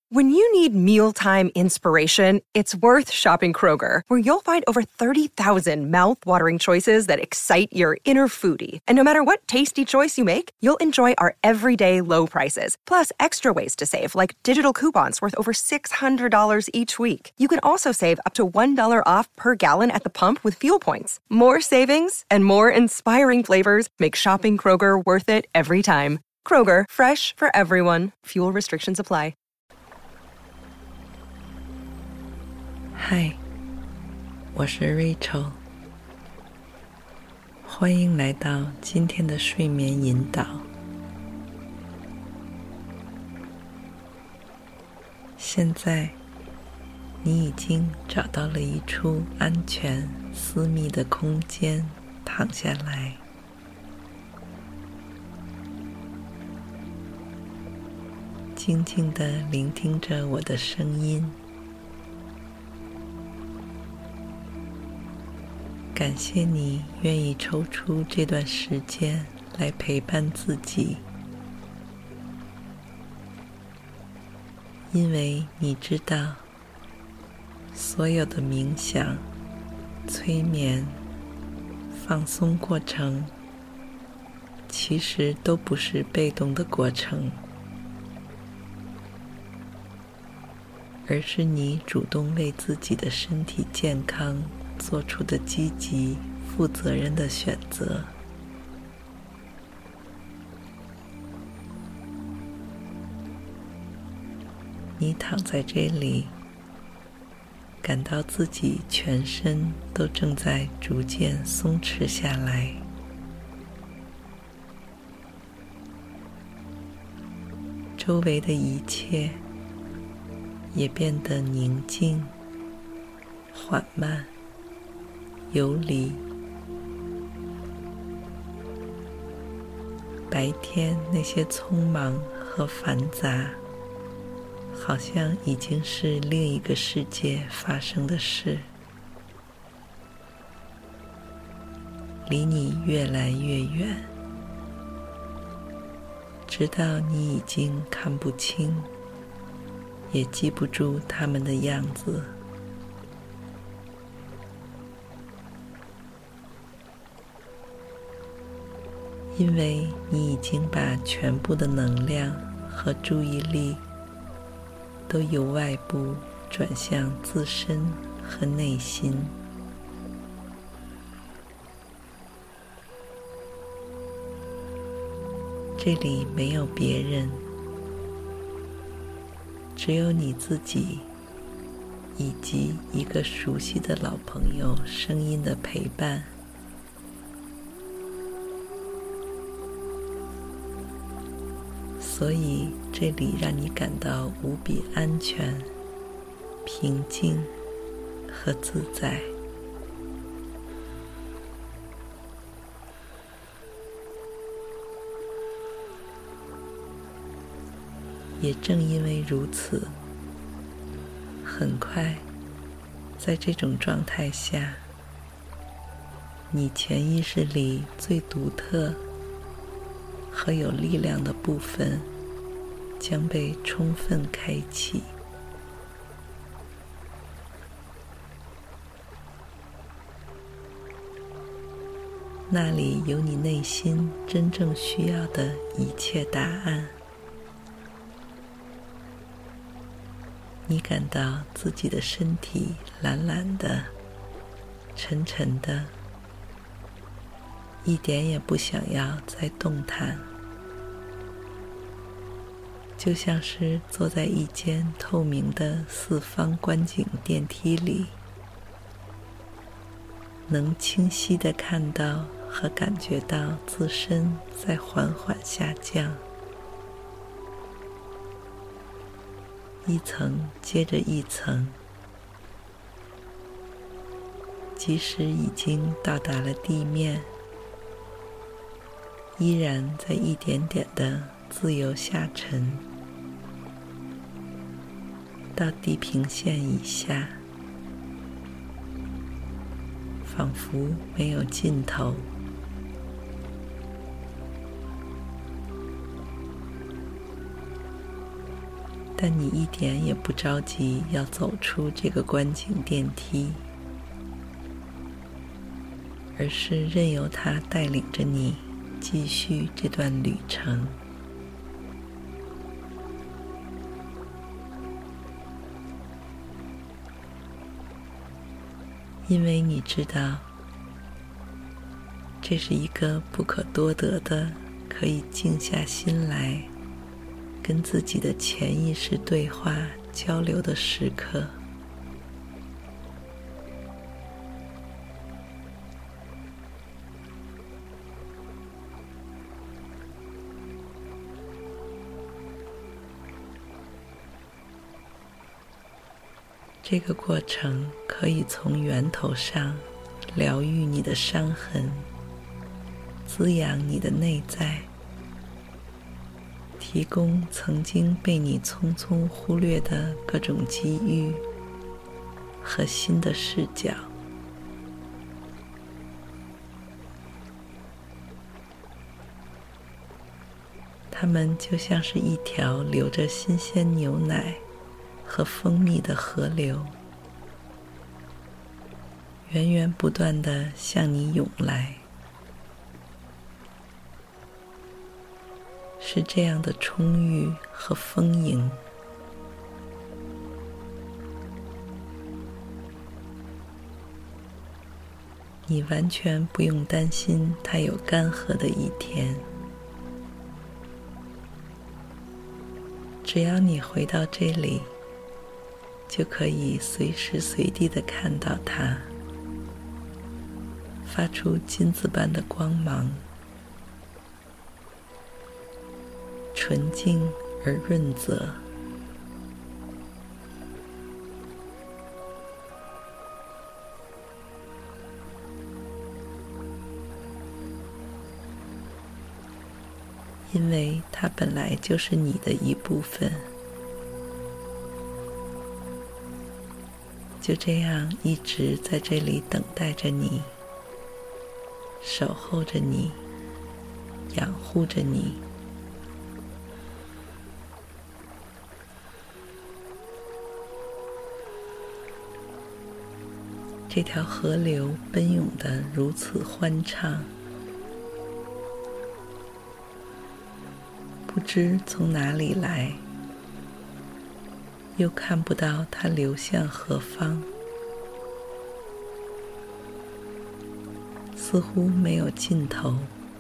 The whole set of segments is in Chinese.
When you need mealtime inspiration, it's worth shopping Kroger, where you'll find over 30,000 mouth-watering choices that excite your inner foodie. And no matter what tasty choice you make, you'll enjoy our everyday low prices, plus extra ways to save, like digital coupons worth over $600 each week. You can also save up to $1 off per gallon at the pump with fuel points. More savings and more inspiring flavors make shopping Kroger worth it every time. Kroger, fresh for everyone. Fuel restrictions apply. 嗨，我是 Rachel， 欢迎来到今天的睡眠引导。现在，你已经找到了一处安全、私密的空间，躺下来。静静地聆听着我的声音。感谢你愿意抽出这段时间来陪伴自己，因为你知道，所有的冥想、催眠、放松过程，其实都不是被动的过程，而是你主动为自己的身体健康做出的积极、负责任的选择。你躺在这里，感到自己全身都正在逐渐松弛下来，周围的一切也变得宁静、缓慢、游离。白天那些匆忙和繁杂，好像已经是另一个世界发生的事，离你越来越远，直到你已经看不清，也记不住他们的样子。因为你已经把全部的能量和注意力都由外部转向自身和内心。这里没有别人，只有你自己以及一个熟悉的老朋友声音的陪伴。所以这里让你感到无比安全、平静和自在。也正因为如此，很快在这种状态下，你潜意识里最独特和有力量的部分将被充分开启。那里有你内心真正需要的一切答案。你感到自己的身体懒懒的、沉沉的，一点也不想要再动弹，就像是坐在一间透明的四方观景电梯里，能清晰地看到和感觉到自身在缓缓下降，一层接着一层，即使已经到达了地面，依然在一点点的自由下沉，到地平线以下，仿佛没有尽头。 但你一点也不着急要走出这个观景电梯，而是任由它带领着你继续这段旅程。因为你知道，这是一个不可多得的，可以静下心来跟自己的潜意识对话交流的时刻。这个过程可以从源头上疗愈你的伤痕，滋养你的内在，提供曾经被你匆匆忽略的各种机遇和新的视角。它们就像是一条流着新鲜牛奶和蜂蜜的河流，源源不断地向你涌来。是这样的充裕和丰盈，你完全不用担心它有干涸的一天。只要你回到这里，就可以随时随地地看到它，发出金子般的光芒，纯净而润泽。因为它本来就是你的一部分，就这样一直在这里等待着你，守候着你，养护着你。这条河流奔涌得如此欢畅，不知从哪里来，又看不到它流向何方，似乎没有尽头。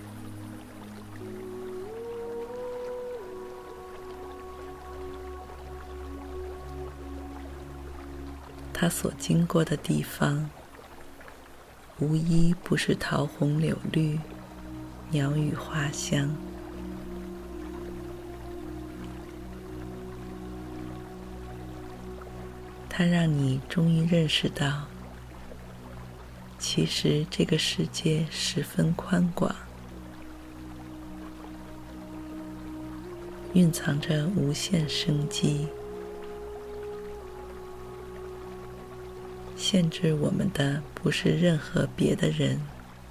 它所经过的地方，无一不是桃红柳绿，鸟语花香。它让你终于认识到，其实这个世界十分宽广，蕴藏着无限生机。限制我们的不是任何别的人，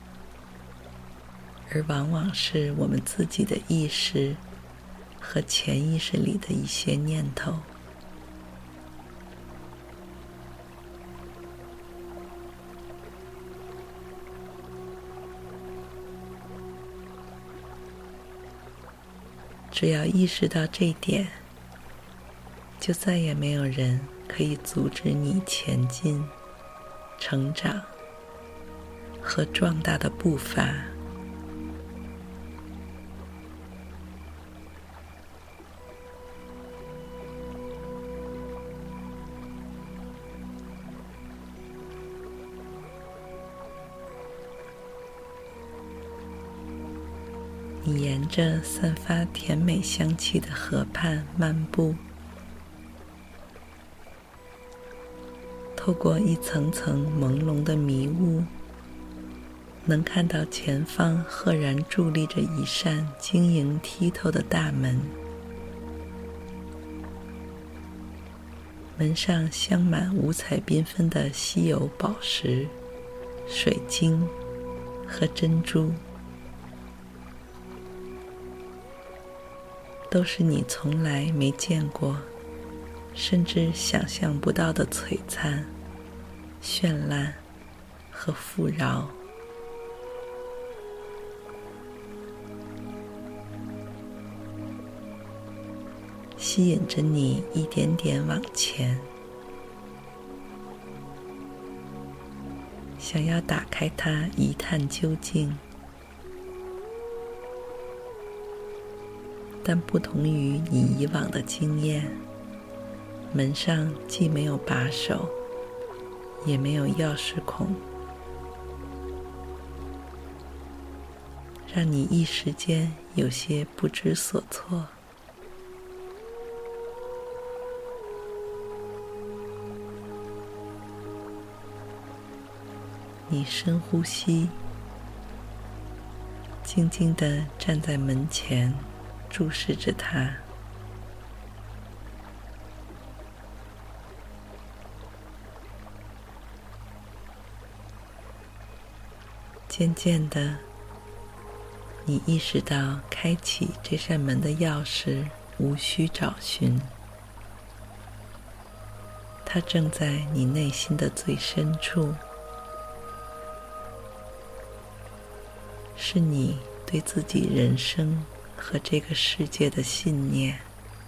而往往是我们自己的意识和潜意识里的一些念头。只要意识到这一点，就再也没有人可以阻止你前进、成长和壮大的步伐。你沿着散发甜美香气的河畔漫步，透过一层层朦胧的迷雾，能看到前方赫然伫立着一扇晶莹剔透的大门，门上镶满五彩缤纷的稀有宝石、水晶和珍珠，都是你从来没见过甚至想象不到的璀璨、绚烂和富饶。吸引着你一点点往前，想要打开它一探究竟。但不同于你以往的经验，门上既没有把手，也没有钥匙孔，让你一时间有些不知所措。你深呼吸，静静地站在门前，注视着它。渐渐的，你意识到开启这扇门的钥匙无需找寻，它正在你内心的最深处，是你对自己人生和这个世界的信念。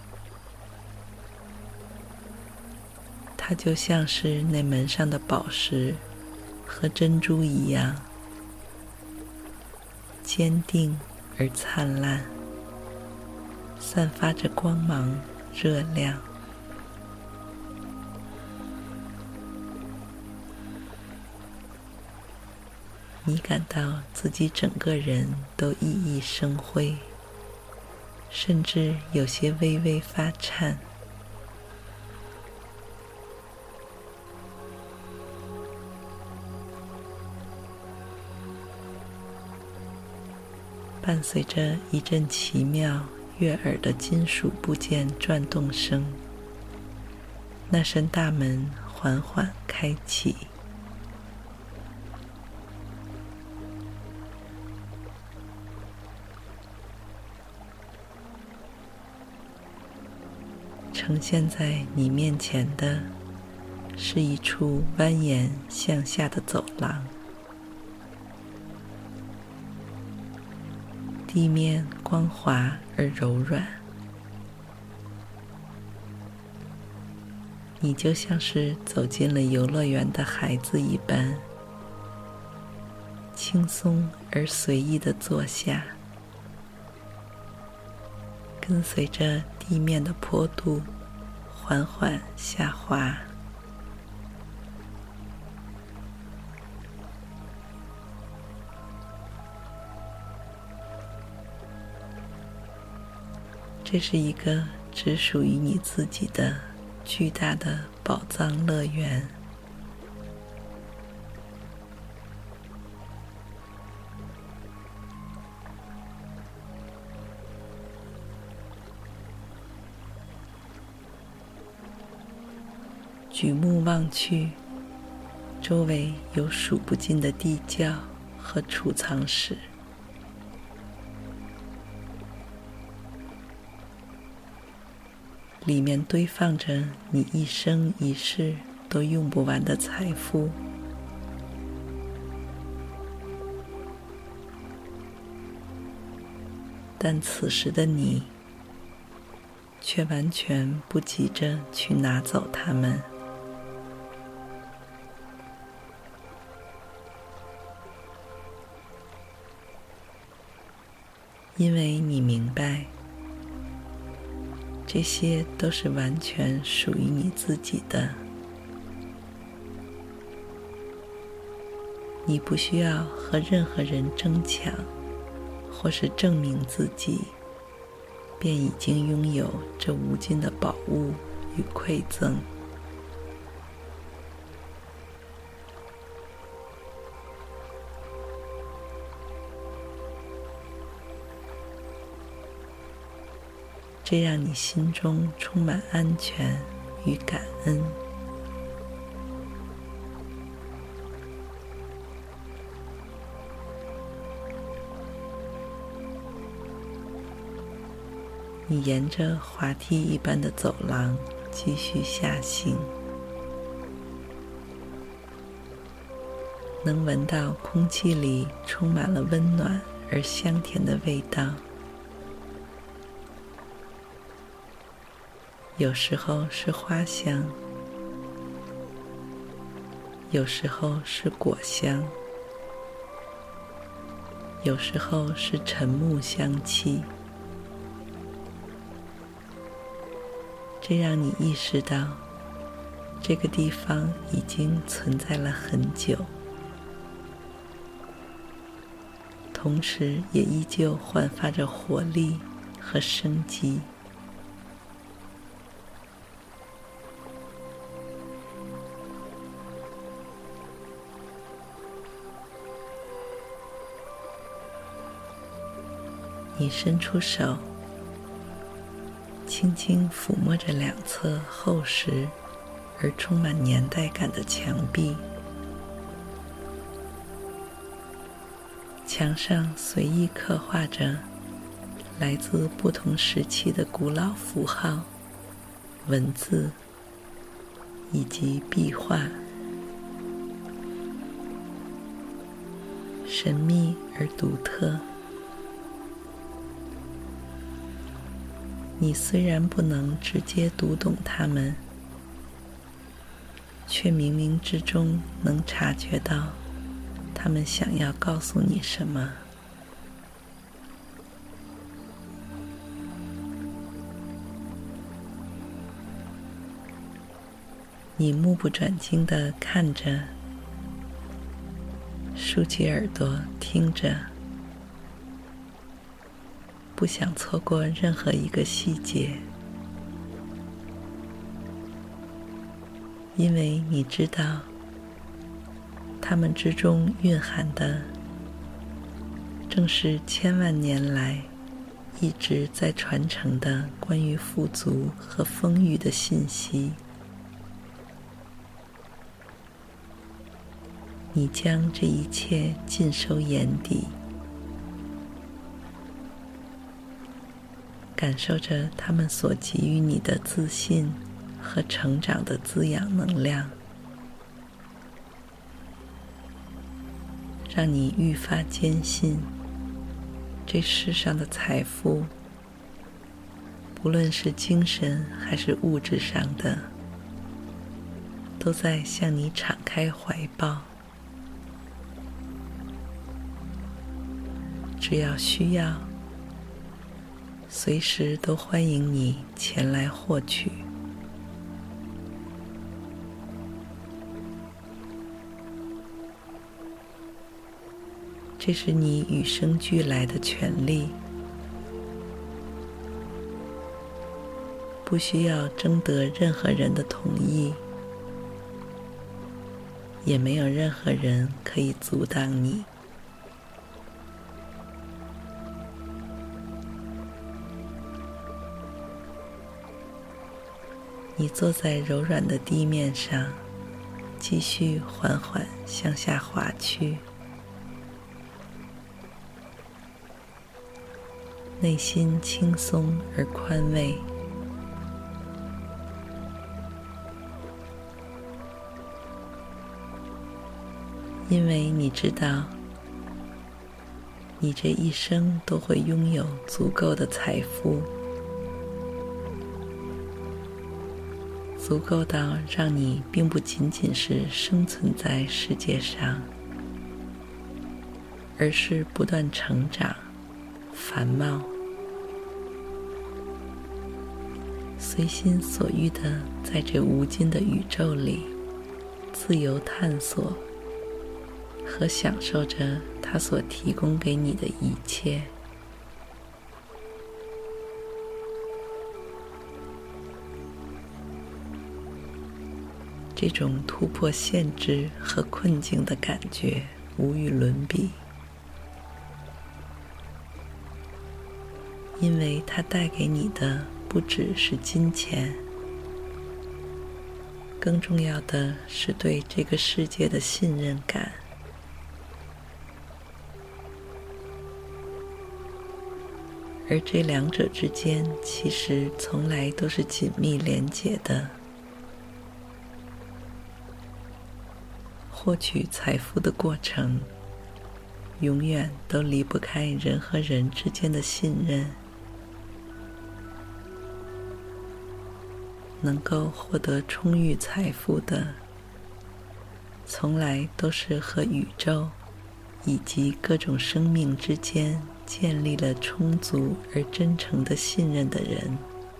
它就像是那门上的宝石和珍珠一样，坚定而灿烂，散发着光芒、热量。你感到自己整个人都熠熠生辉，甚至有些微微发颤。伴随着一阵奇妙悦耳的金属部件转动声，那扇大门缓缓开启。呈现在你面前的是一处蜿蜒向下的走廊，地面光滑而柔软，你就像是走进了游乐园的孩子一般，轻松而随意地坐下，跟随着地面的坡度缓缓下滑。这是一个只属于你自己的巨大的宝藏乐园。举目望去，周围有数不尽的地窖和储藏室，里面堆放着你一生一世都用不完的财富。但此时的你却完全不急着去拿走它们，因为你明白，这些都是完全属于你自己的。你不需要和任何人争抢，或是证明自己，便已经拥有这无尽的宝物与馈赠。这让你心中充满安全与感恩。你沿着滑梯一般的走廊继续下行，能闻到空气里充满了温暖而香甜的味道。有时候是花香，有时候是果香，有时候是沉木香气。这让你意识到，这个地方已经存在了很久，同时也依旧焕发着活力和生机。你伸出手，轻轻抚摸着两侧厚实而充满年代感的墙壁，墙上随意刻画着来自不同时期的古老符号、文字以及壁画，神秘而独特。你虽然不能直接读懂它们，却冥冥之中能察觉到他们想要告诉你什么。你目不转睛地看着，竖起耳朵听着，不想错过任何一个细节，因为你知道，它们之中蕴含的，正是千万年来一直在传承的关于富足和丰裕的信息。你将这一切尽收眼底，感受着他们所给予你的自信和成长的滋养能量，让你愈发坚信，这世上的财富，不论是精神还是物质上的，都在向你敞开怀抱。只要需要，随时都欢迎你前来获取。这是你与生俱来的权利，不需要征得任何人的同意，也没有任何人可以阻挡你。你坐在柔软的地面上，继续缓缓向下滑去，内心轻松而宽慰。因为你知道，你这一生都会拥有足够的财富，足够到让你并不仅仅是生存在世界上，而是不断成长、繁茂，随心所欲地在这无尽的宇宙里自由探索和享受着它所提供给你的一切。这种突破限制和困境的感觉无与伦比，因为它带给你的不只是金钱，更重要的是对这个世界的信任感。 而这两者之间其实从来都是紧密连结的。获取财富的过程，永远都离不开人和人之间的信任。能够获得充裕财富的，从来都是和宇宙以及各种生命之间建立了充足而真诚的信任的人。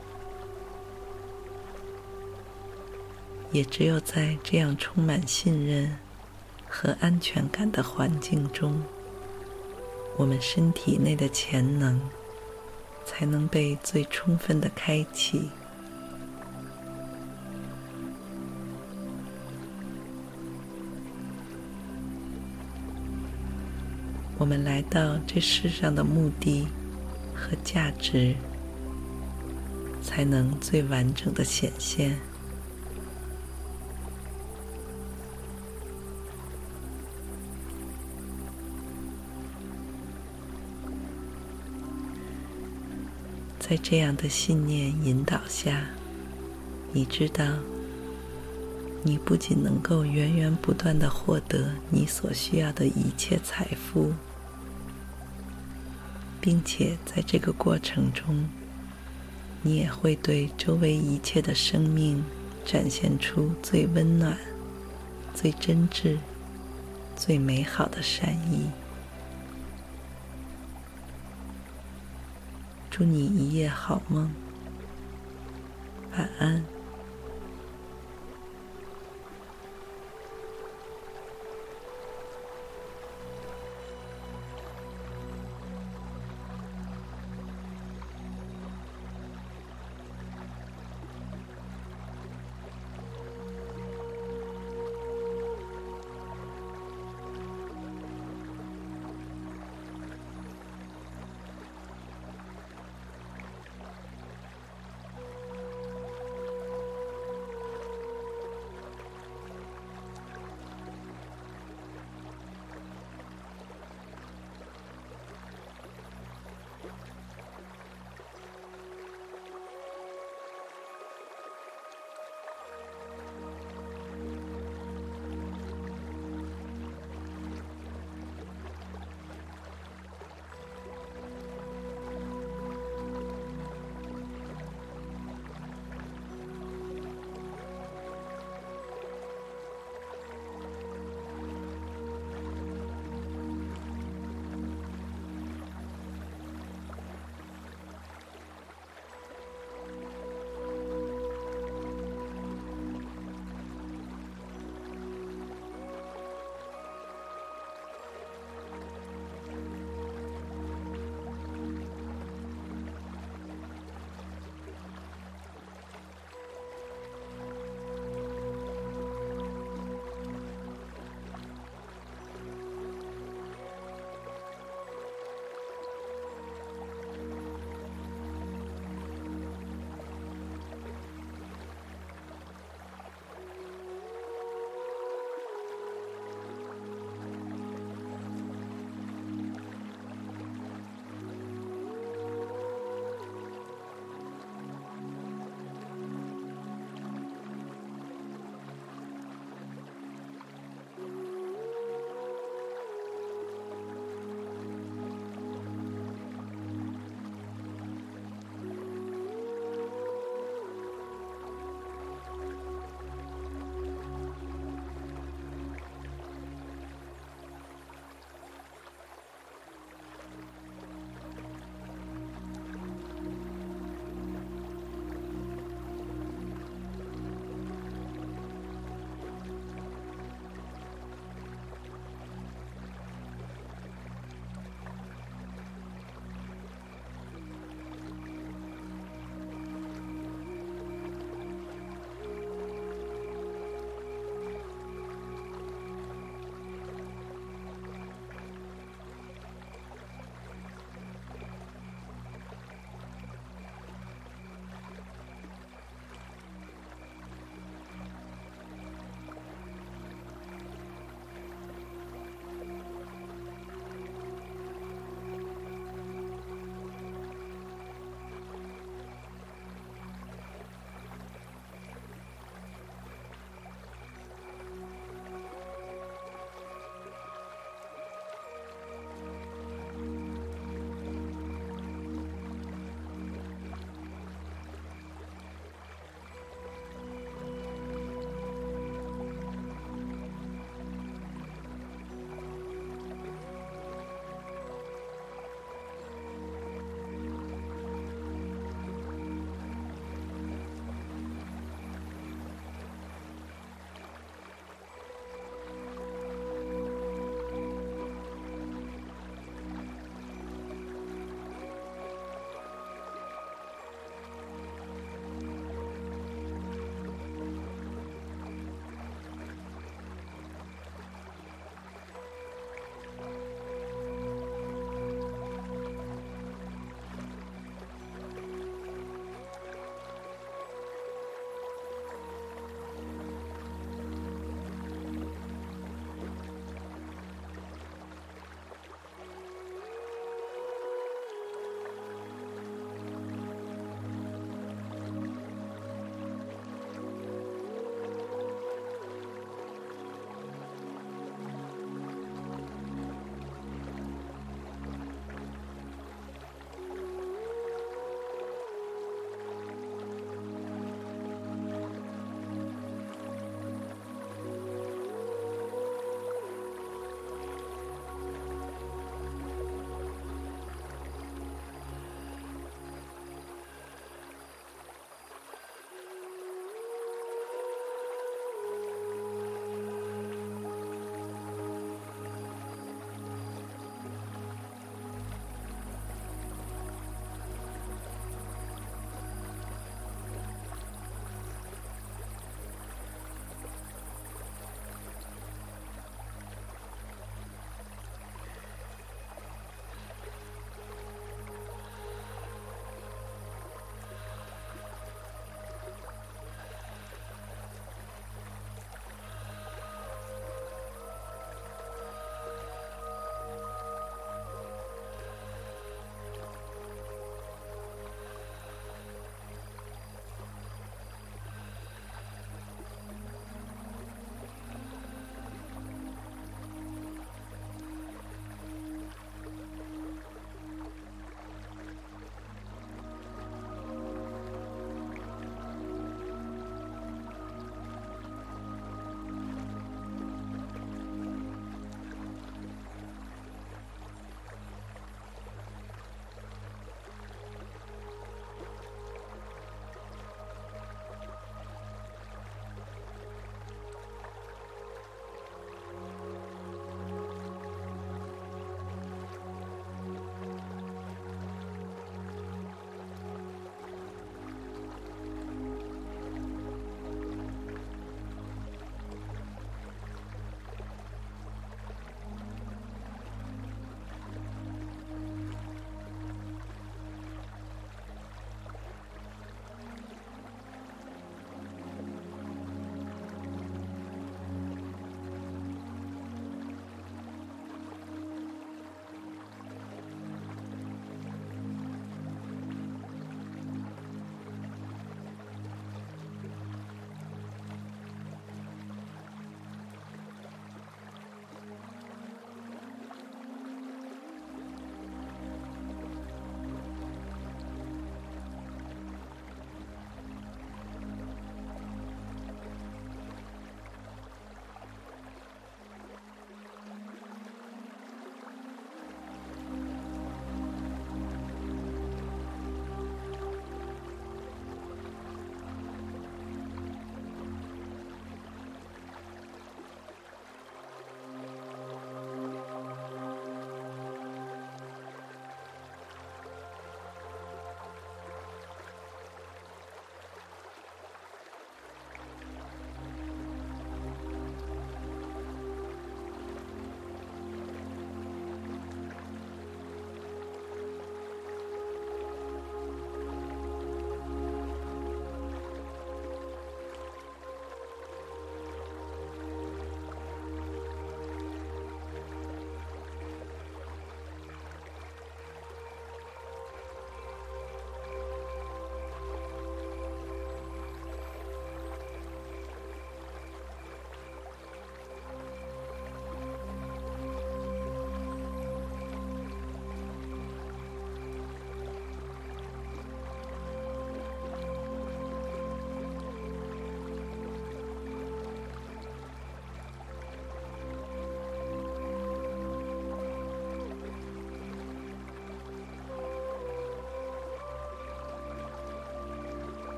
也只有在这样充满信任和安全感的环境中，我们身体内的潜能才能被最充分的开启。我们来到这世上的目的和价值，才能最完整的显现。在这样的信念引导下，你知道，你不仅能够源源不断地获得你所需要的一切财富，并且在这个过程中，你也会对周围一切的生命展现出最温暖、最真挚、最美好的善意。祝你一夜好梦，晚安。